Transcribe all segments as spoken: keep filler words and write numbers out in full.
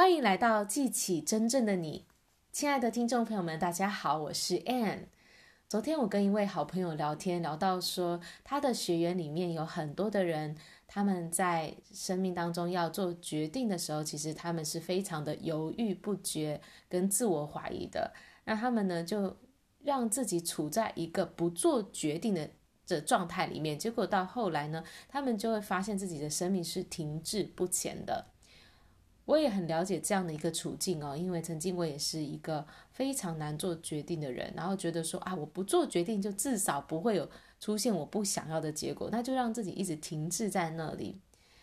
欢迎来到记起真正的你。亲爱的听众朋友们，大家好，我是 Ann。 昨天我跟一位好朋友聊天，聊到说他的学员里面有很多的人，他们在生命当中要做决定的时候，其实他们是非常的犹豫不决跟自我怀疑的。那他们呢，就让自己处在一个不做决定的的状态里面，结果到后来呢，他们就会发现自己的生命是停滞不前的。我也很了解这样的一个处境哦，因为曾经我也是一个非常难做决定的人，然后觉得说啊，我不做决定就至少不会有出现我不想要的结果，那就让自己一直停滞在那里。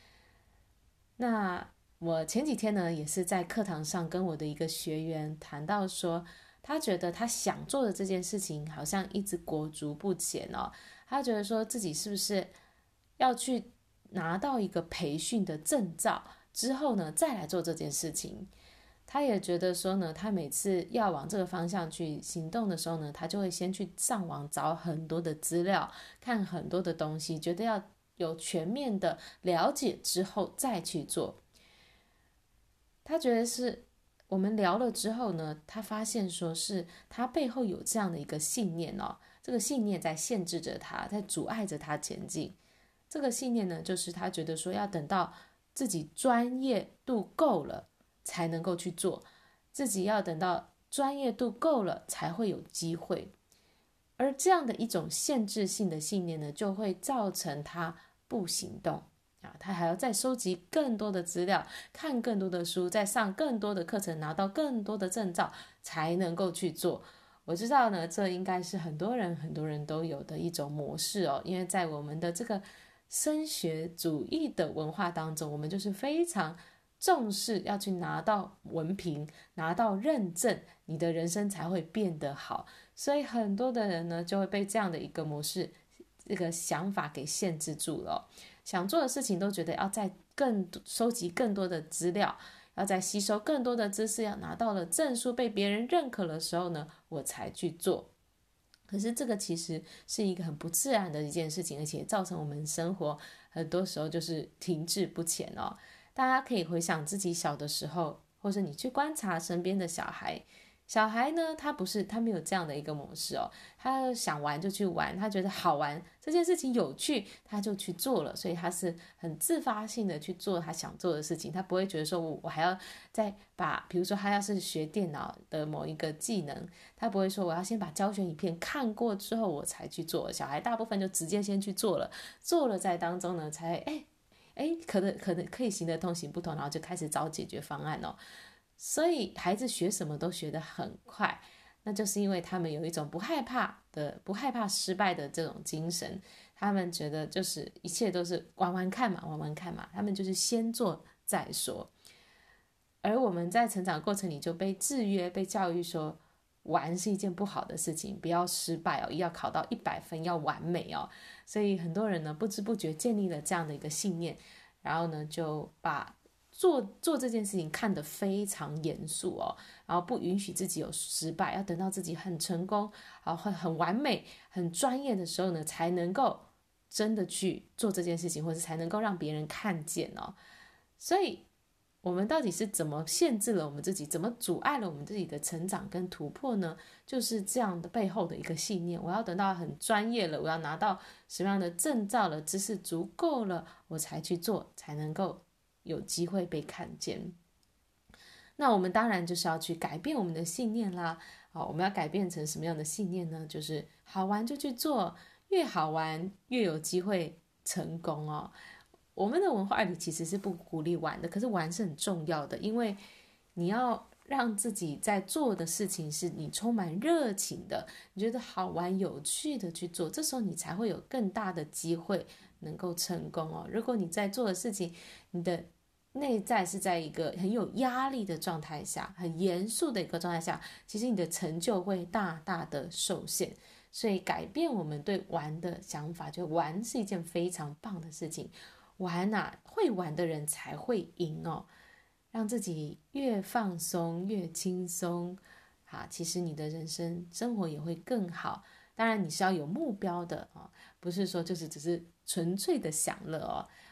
那我前几天呢，也是在课堂上跟我的一个学员谈到说，他觉得他想做的这件事情好像一直裹足不前哦，他觉得说自己是不是要去拿到一个培训的证照之后呢，再来做这件事情。他也觉得说呢，他每次要往这个方向去行动的时候呢，他就会先去上网找很多的资料，看很多的东西，觉得要有全面的了解之后再去做。他觉得是我们聊了之后呢，他发现说是他背后有这样的一个信念哦，这个信念在限制着他，在阻碍着他前进。这个信念呢，就是他觉得说要等到自己专业度够了才能够去做，自己要等到专业度够了才会有机会。而这样的一种限制性的信念呢，就会造成他不行动啊，他还要再收集更多的资料，看更多的书，再上更多的课程，拿到更多的证照才能够去做。我知道呢，这应该是很多人很多人都有的一种模式哦，因为在我们的这个升学主义的文化当中，我们就是非常重视要去拿到文凭，拿到认证，你的人生才会变得好。所以很多的人呢，就会被这样的一个模式这个想法给限制住了哦，想做的事情都觉得要再更收集更多的资料，要再吸收更多的知识，要拿到了证书被别人认可的时候呢，我才去做。可是这个其实是一个很不自然的一件事情，而且造成我们生活很多时候就是停滞不前哦。大家可以回想自己小的时候，或者你去观察身边的小孩，小孩呢，他不是他没有这样的一个模式哦，他想玩就去玩，他觉得好玩，这件事情有趣，他就去做了，所以他是很自发性的去做他想做的事情，他不会觉得说我我还要再把，比如说他要是学电脑的某一个技能，他不会说我要先把教学影片看过之后我才去做，小孩大部分就直接先去做了，做了在当中呢才哎哎可能可能可以行得通行不通，然后就开始找解决方案哦。所以孩子学什么都学得很快，那就是因为他们有一种不害怕的、不害怕失败的这种精神。他们觉得就是一切都是玩玩看嘛，玩玩看嘛，他们就是先做再说。而我们在成长过程里就被制约、被教育说，玩是一件不好的事情，不要失败哦，要考到一百分，要完美哦。所以很多人呢，不知不觉建立了这样的一个信念，然后呢，就把做做这件事情看得非常严肃哦，然后不允许自己有失败，要等到自己很成功、好很很完美、很专业的时候呢，才能够真的去做这件事情，或者才能够让别人看见哦。所以，我们到底是怎么限制了我们自己，怎么阻碍了我们自己的成长跟突破呢？就是这样的背后的一个信念：我要等到很专业了，我要拿到什么样的证照了，知识足够了，我才去做，才能够有机会被看见。那我们当然就是要去改变我们的信念啦。好，我们要改变成什么样的信念呢？就是好玩就去做，越好玩越有机会成功哦。我们的文化里其实是不鼓励玩的，可是玩是很重要的，因为你要让自己在做的事情是你充满热情的，你觉得好玩有趣的去做，这时候你才会有更大的机会能够成功哦。如果你在做的事情，你的内在是在一个很有压力的状态下，很严肃的一个状态下，其实你的成就会大大的受限。所以改变我们对玩的想法，就玩是一件非常棒的事情。玩啊，会玩的人才会赢哦。让自己越放松越轻松，啊，其实你的人生生活也会更好。当然你是要有目标的啊，不是说就是只是纯粹的享乐哦。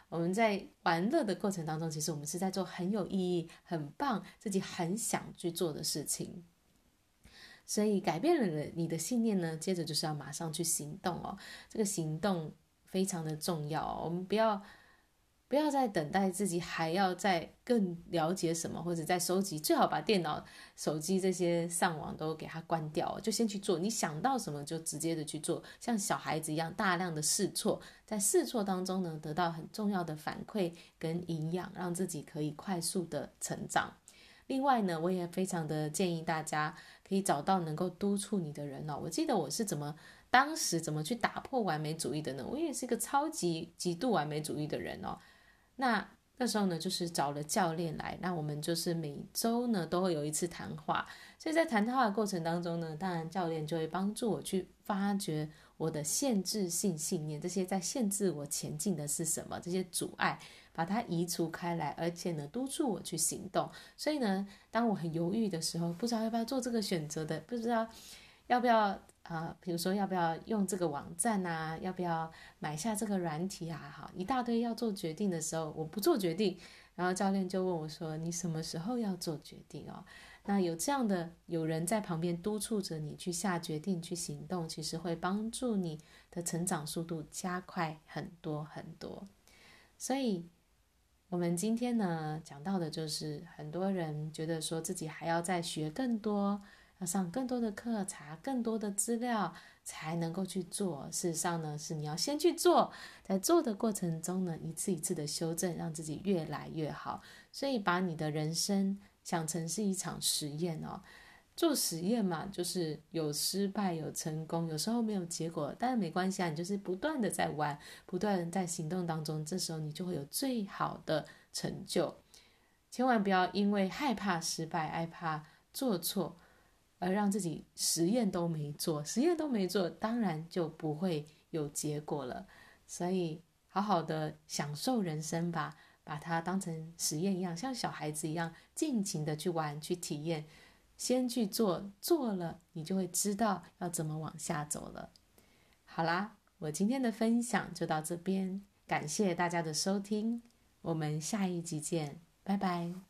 我们在玩乐的过程当中，其实我们是在做很有意义、很棒、自己很想去做的事情。所以改变了你的信念呢，接着就是要马上去行动哦。这个行动非常的重要哦，我们不要不要再等待自己还要再更了解什么，或者再收集，最好把电脑、手机这些上网都给它关掉，就先去做。你想到什么就直接的去做，像小孩子一样大量的试错，在试错当中呢，得到很重要的反馈跟营养，让自己可以快速的成长。另外呢，我也非常的建议大家可以找到能够督促你的人哦。我记得我是怎么当时怎么去打破完美主义的呢？我也是一个超级极度完美主义的人哦。那那时候呢，就是找了教练来，那我们就是每周呢都会有一次谈话。所以在谈话的过程当中呢，当然教练就会帮助我去发掘我的限制性信念，这些在限制我前进的是什么？这些阻碍。把它移除开来，而且呢，督促我去行动。所以呢，当我很犹豫的时候，不知道要不要做这个选择的，不知道要不要啊、呃，比如说要不要用这个网站啊，要不要买下这个软体啊，好，一大堆要做决定的时候，我不做决定，然后教练就问我说：“你什么时候要做决定哦？”那有这样的有人在旁边督促着你去下决定、去行动，其实会帮助你的成长速度加快很多很多。所以我们今天呢讲到的就是很多人觉得说自己还要再学更多，要上更多的课，查更多的资料才能够去做。事实上呢，是你要先去做，在做的过程中呢，一次一次的修正，让自己越来越好。所以把你的人生想成是一场实验哦。做实验嘛，就是有失败有成功，有时候没有结果，但是没关系啊，你就是不断的在玩，不断的在行动当中，这时候你就会有最好的成就。千万不要因为害怕失败、害怕做错，而让自己实验都没做，实验都没做，当然就不会有结果了。所以好好的享受人生吧，把它当成实验一样，像小孩子一样，尽情的去玩、去体验。先去做，做了你就会知道要怎么往下走了。好啦，我今天的分享就到这边，感谢大家的收听，我们下一集见，拜拜。